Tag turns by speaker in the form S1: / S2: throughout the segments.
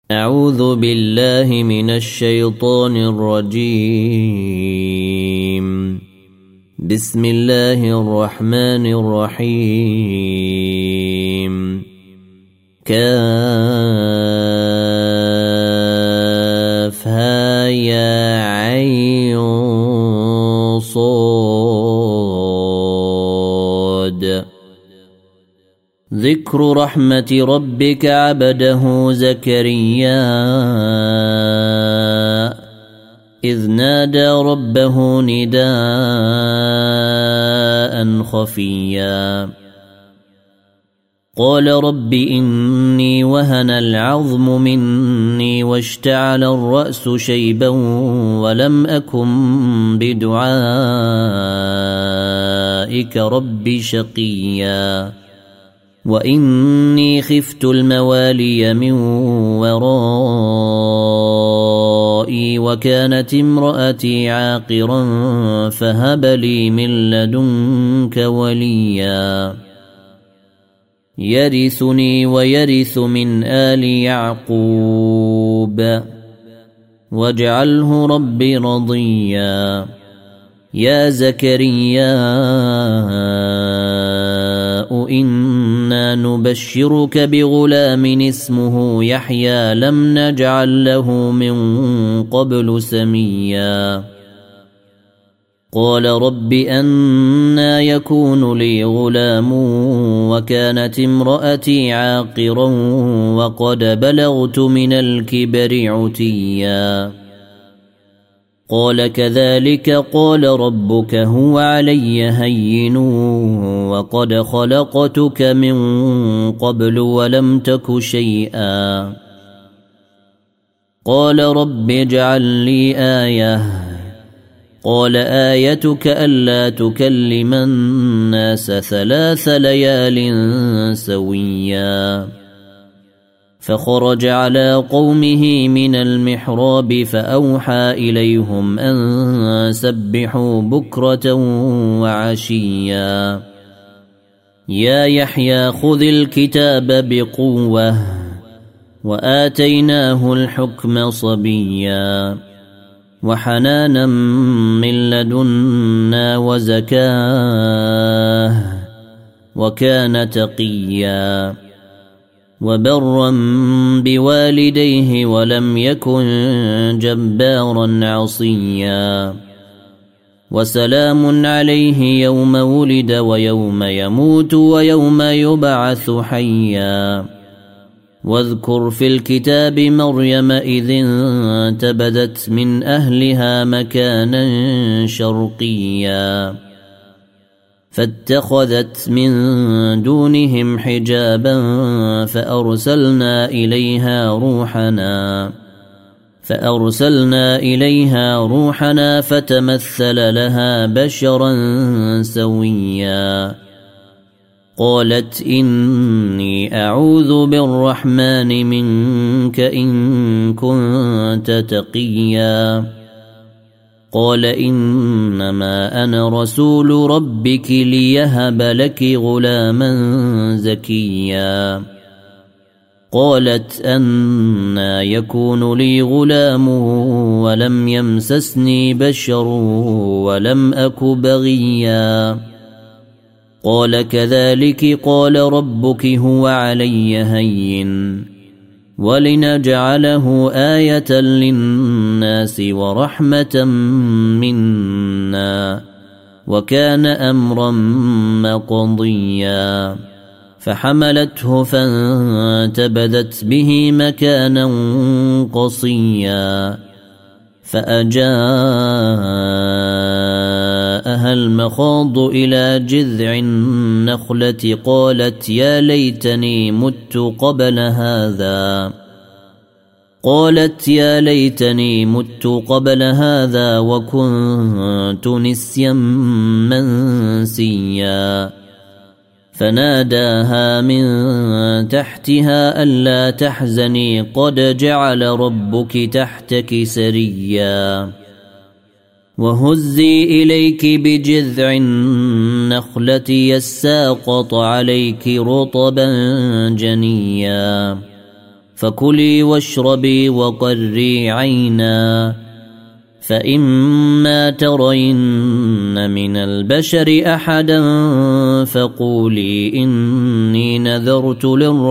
S1: أعوذ بالله من الشيطان الرجيم. بسم الله الرحمن الرحيم. كافها يا عين صاد. ذكر رحمة ربك عبده زكريا إذ نادى ربه نداء خفيا قال رب إني وهن العظم مني واشتعل الرأس شيبا ولم أكن بدعائك رب شقيا وإني خفت الموالي من ورائي وكانت امرأتي عاقرا فهب لي من لدنك وليا يرثني ويرث من آل يعقوب واجعله ربي رضيا. يا زكريا إنا نبشرك بغلام اسمه يحيى لم نجعل له من قبل سميا. قال رب أنى يكون لي غلام وكانت امرأتي عاقرا وقد بلغت من الكبر عتيا. قال كذلك قال ربك هو علي هين وقد خلقتك من قبل ولم تك شيئا. قال رب اجعل لي آية. قال آيتك ألا تكلم الناس 3 ليال سويا. فخرج على قومه من المحراب فأوحى إليهم أن سبحوا بكرة وعشيا. يا يحيى خذ الكتاب بقوة وآتيناه الحكم صبيا وحنانا من لدنا وزكاه وكان تقيا وبرا بوالديه ولم يكن جبارا عصيا. وسلام عليه يوم ولد ويوم يموت ويوم يبعث حيا. واذكر في الكتاب مريم إذ انتبذت من أهلها مكانا شرقيا فاتخذت من دونهم حجابا فأرسلنا إليها روحنا فتمثل لها بشرا سويا. قالت إني أعوذ بالرحمن منك إن كنت تقيا. قال إنما أنا رسول ربك ليهب لك غلاما زكيا. قالت أنى يكون لي غلام ولم يمسسني بشر ولم أك بغيا. قال كذلك قال ربك هو علي هين ولنجعله آية للناس ورحمة منا وكان أمرا مقضيا. فحملته فانتبذت به مكانا قصيا فأجاءها المخاض إلى جذع النخلة قالت يا ليتني مت قبل هذا وكنت نسيا منسيا. فناداها من تحتها ألا تحزني قد جعل ربك تحتك سريا. وهزي إليك بجذع النخلة يساقط عليك رطبا جنيا فكلي واشربي وقري عينا فإما ترين من البشر أحدا فقولي إني نذرت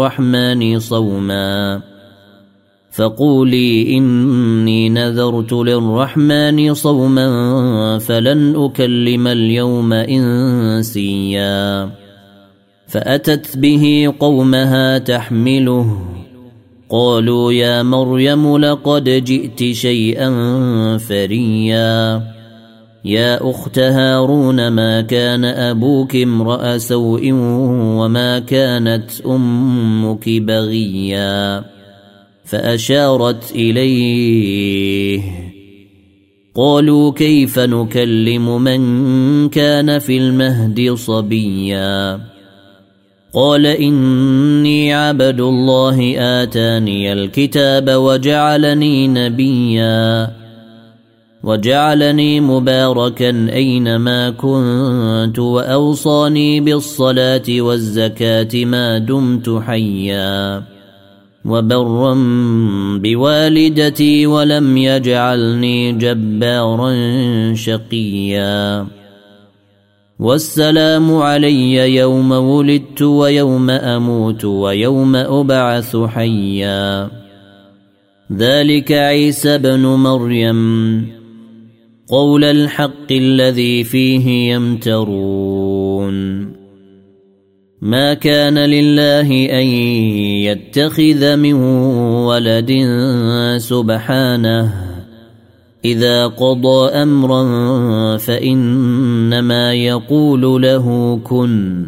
S1: للرحمن صوما فلن أكلم اليوم إنسيا فأتت به قومها تحمله قالوا يا مريم لقد جئت شيئا فريا يا أخت هارون ما كان أبوك امرأ سوء وما كانت أمك بغيا فأشارت إليه قالوا كيف نكلم من كان في المهد صبيا قال إني عبد الله آتاني الكتاب وجعلني نبيا وجعلني مباركا أينما كنت وأوصاني بالصلاة والزكاة ما دمت حيا وبرا بوالدتي ولم يجعلني جبارا شقيا والسلام علي يوم ولدت ويوم أموت ويوم أبعث حيا ذلك عيسى بن مريم قول الحق الذي فيه يمترون ما كان لله أن يتخذ من ولد سبحانه إذا قضى أمرا فإنما يقول له كن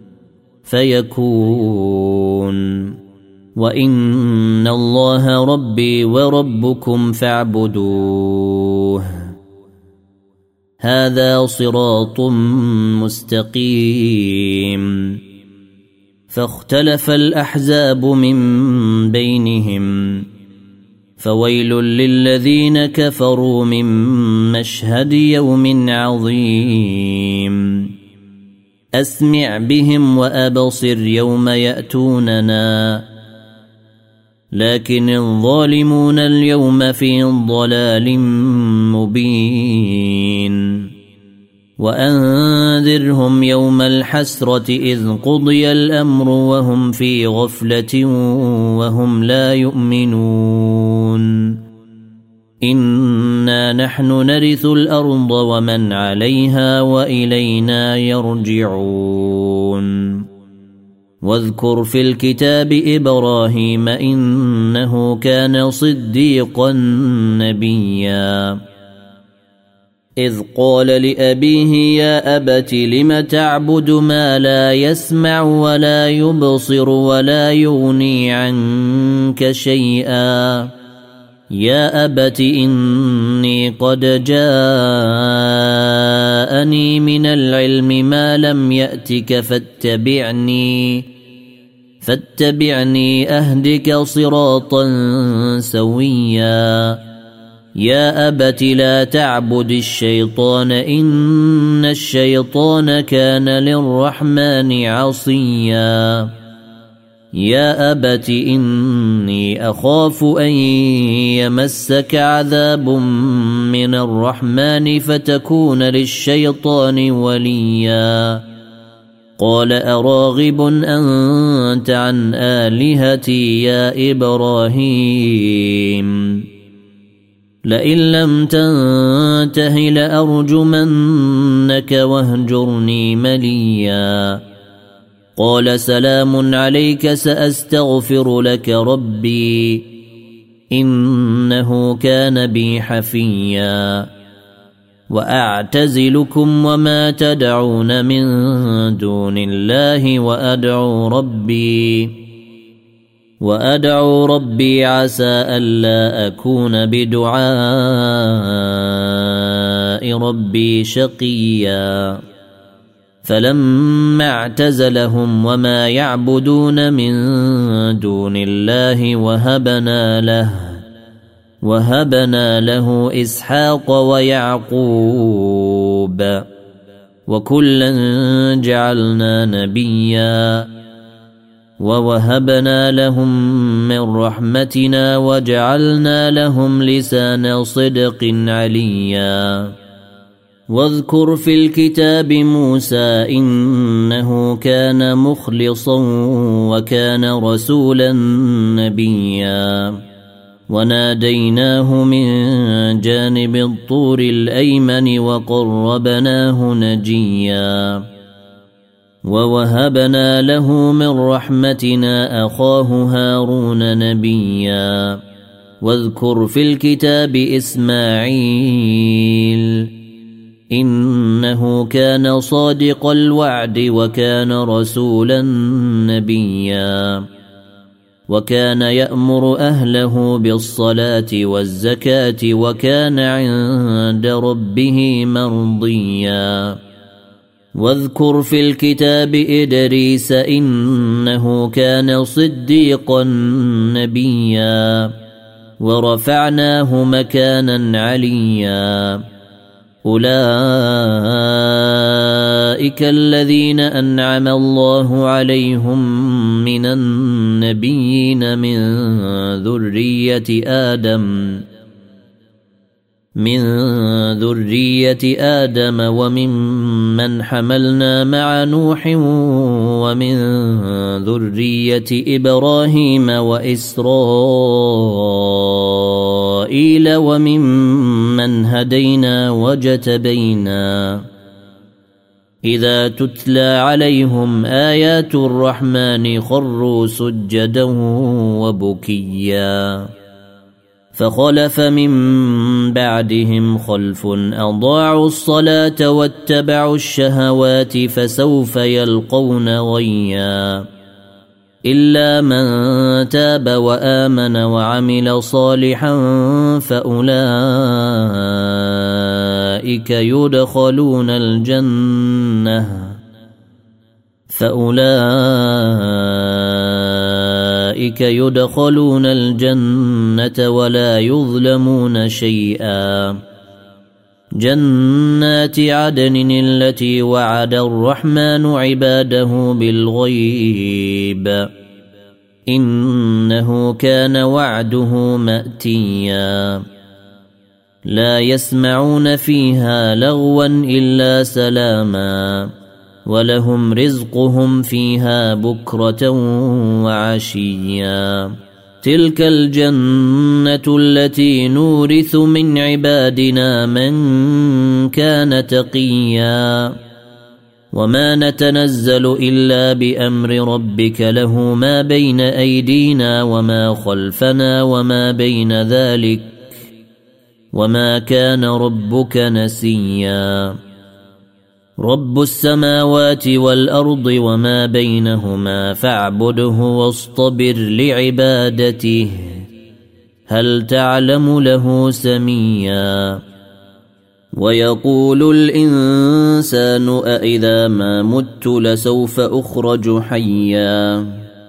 S1: فيكون وإن الله ربي وربكم فاعبدوه هذا صراط مستقيم فاختلف الأحزاب من بينهم فويل للذين كفروا من مشهد يوم عظيم أسمع بهم وأبصر يوم يأتوننا لكن الظالمون اليوم في ضلال مبين وأنذرهم يوم الحسرة إذ قضي الأمر وهم في غفلة وهم لا يؤمنون إنا نحن نرث الأرض ومن عليها وإلينا يرجعون واذكر في الكتاب إبراهيم إنه كان صديقا نبيا إذ قال لأبيه يا أبت لم تعبد ما لا يسمع ولا يبصر ولا يغني عنك شيئا يا أبت إني قد جاءني من العلم ما لم يأتك فاتبعني أهدك صراطا سويا يا أبت لا تعبد الشيطان إن الشيطان كان للرحمن عصيا يا أبت إني أخاف أن يمسك عذاب من الرحمن فتكون للشيطان وليا قال أراغب أنت عن آلهتي يا إبراهيم لئن لم تنته لأرجمنك واهجرني مليا قال سلام عليك سأستغفر لك ربي إنه كان بي حفيا وأعتزلكم وما تدعون من دون الله وأدعو ربي عسى ألا أكون بدعاء ربي شقيا فلما اعتزلهم وما يعبدون من دون الله وهبنا له إسحاق ويعقوب وكلا جعلنا نبيا ووهبنا لهم من رحمتنا وجعلنا لهم لسان صدق عليا واذكر في الكتاب موسى إنه كان مخلصا وكان رسولا نبيا وناديناه من جانب الطور الأيمن وقربناه نجيا ووهبنا له من رحمتنا أخاه هارون نبيا واذكر في الكتاب إسماعيل إنه كان صادق الوعد وكان رسولا نبيا وكان يأمر أهله بالصلاة والزكاة وكان عند ربه مرضيا واذكر في الكتاب إدريس إنه كان صديقا نبيا ورفعناه مكانا عليا أولئك الذين أنعم الله عليهم من النبيين من ذرية آدم وممن حملنا مع نوح ومن ذرية إبراهيم وإسرائيل وممن هدينا وجتبينا إذا تتلى عليهم آيات الرحمن خروا سجدا وبكيا فخلف من بعدهم خلف أضاعوا الصلاة واتبعوا الشهوات فسوف يلقون غيا إلا من تاب وآمن وعمل صالحا فأولئك يدخلون الجنة ولا يظلمون شيئا جنات عدن التي وعد الرحمن عباده بالغيب إنه كان وعده مأتيا لا يسمعون فيها لغوا إلا سلاما ولهم رزقهم فيها بكرة وعشيا تلك الجنة التي نورث من عبادنا من كان تقيا وما نتنزل إلا بأمر ربك له ما بين أيدينا وما خلفنا وما بين ذلك وما كان ربك نسيا رب السماوات والأرض وما بينهما فاعبده واصطبر لعبادته هل تعلم له سميا ويقول الإنسان أإذا ما مت لسوف أخرج حيا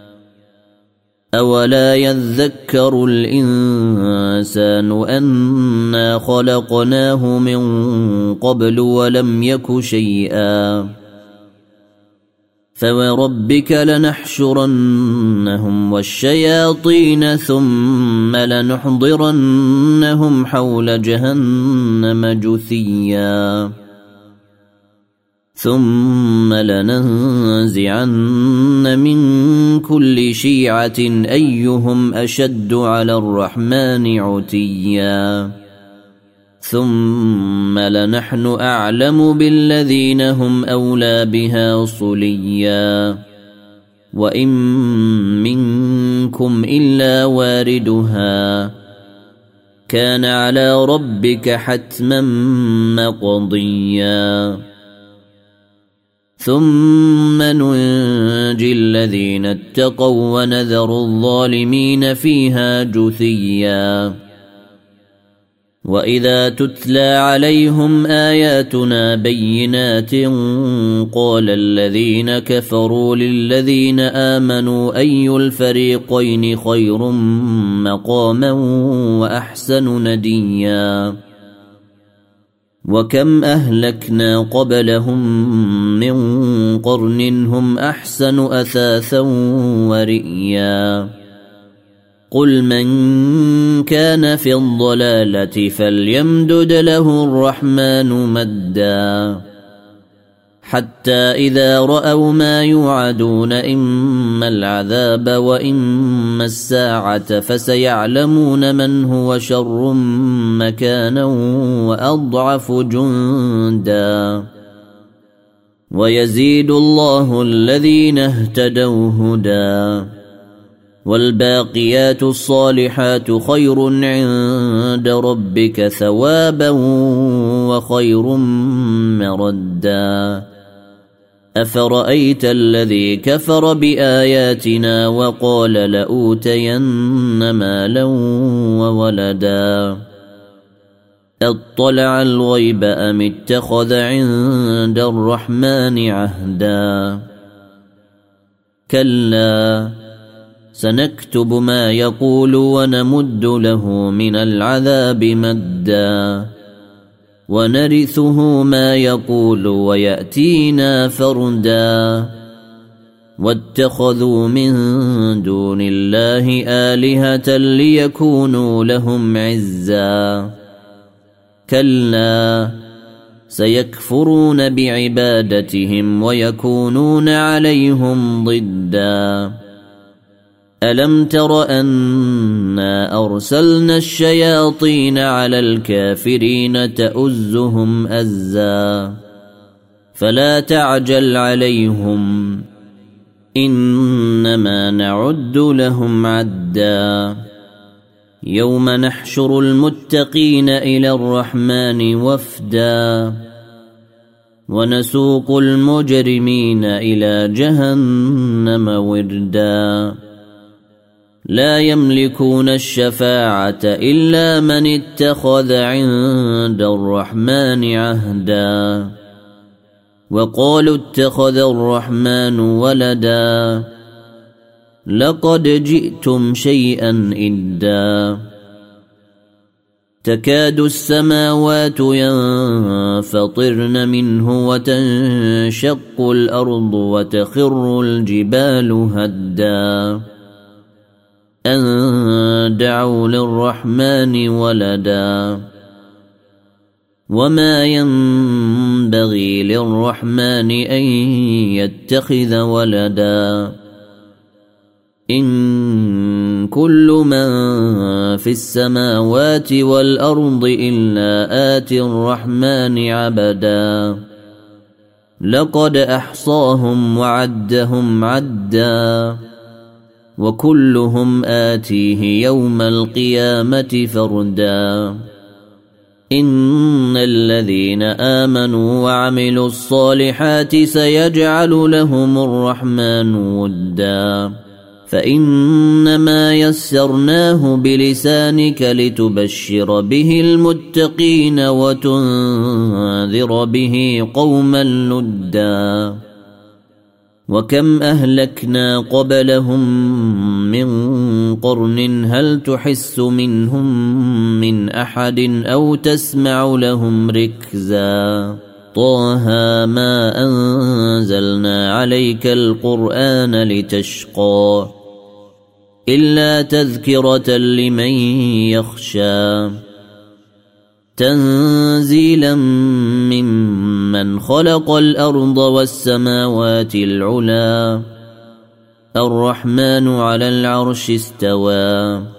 S1: أولا يذكر الإنسان أنا خلقناه من قبل ولم يك شيئا فوربك لنحشرنهم والشياطين ثم لنحضرنهم حول جهنم جثيا ثم لننزعن من كل شيعة أيهم أشد على الرحمن عتيا ثم لنحن أعلم بالذين هم أولى بها صليا وإن منكم إلا واردها كان على ربك حتما مقضيا ثم ننجي الذين اتقوا ونذر الظالمين فيها جثيا وإذا تتلى عليهم آياتنا بينات قال الذين كفروا للذين آمنوا أي الفريقين خير مقاما وأحسن نديا وكم أهلكنا قبلهم من قرن هم أحسن أثاثا ورئيا قل من كان في الضلالة فليمدد له الرحمن مدا حتى إذا رأوا ما يوعدون إما العذاب وإما الساعة فسيعلمون من هو شر مكانا وأضعف جندا ويزيد الله الذين اهتدوا هدى والباقيات الصالحات خير عند ربك ثوابا وخير مردا أفرأيت الذي كفر بآياتنا وقال لأوتين مالا وولدا اطلع الغيب أم اتخذ عند الرحمن عهدا كلا سنكتب ما يقول ونمد له من العذاب مدا ونرثه ما يقول ويأتينا فردا واتخذوا من دون الله آلهة ليكونوا لهم عزا كلا سيكفرون بعبادتهم ويكونون عليهم ضدا ألم تر أنا أرسلنا الشياطين على الكافرين تؤزهم أزا فلا تعجل عليهم إنما نعد لهم عدا يوم نحشر المتقين إلى الرحمن وفدا ونسوق المجرمين إلى جهنم وردا لا يملكون الشفاعة إلا من اتخذ عند الرحمن عهدا وقالوا اتخذ الرحمن ولدا لقد جئتم شيئا إدا تكاد السماوات ينفطرن منه وتنشق الأرض وتخر الجبال هدا أن دعوا للرحمن ولدا وما ينبغي للرحمن أن يتخذ ولدا إن كل من في السماوات والأرض إلا آتي الرحمن عبدا لقد أحصاهم وعدهم عدا وكلهم آتيه يوم القيامة فردا إن الذين آمنوا وعملوا الصالحات سيجعل لهم الرحمن ودا فإنما يسرناه بلسانك لتبشر به المتقين وتنذر به قوما لدا وكم أهلكنا قبلهم من قرن هل تحس منهم من أحد أو تسمع لهم ركزا طه ما أنزلنا عليك القرآن لتشقى إلا تذكرة لمن يخشى تنزيلا ممن خلق الأرض والسماوات العلا الرحمن على العرش استوى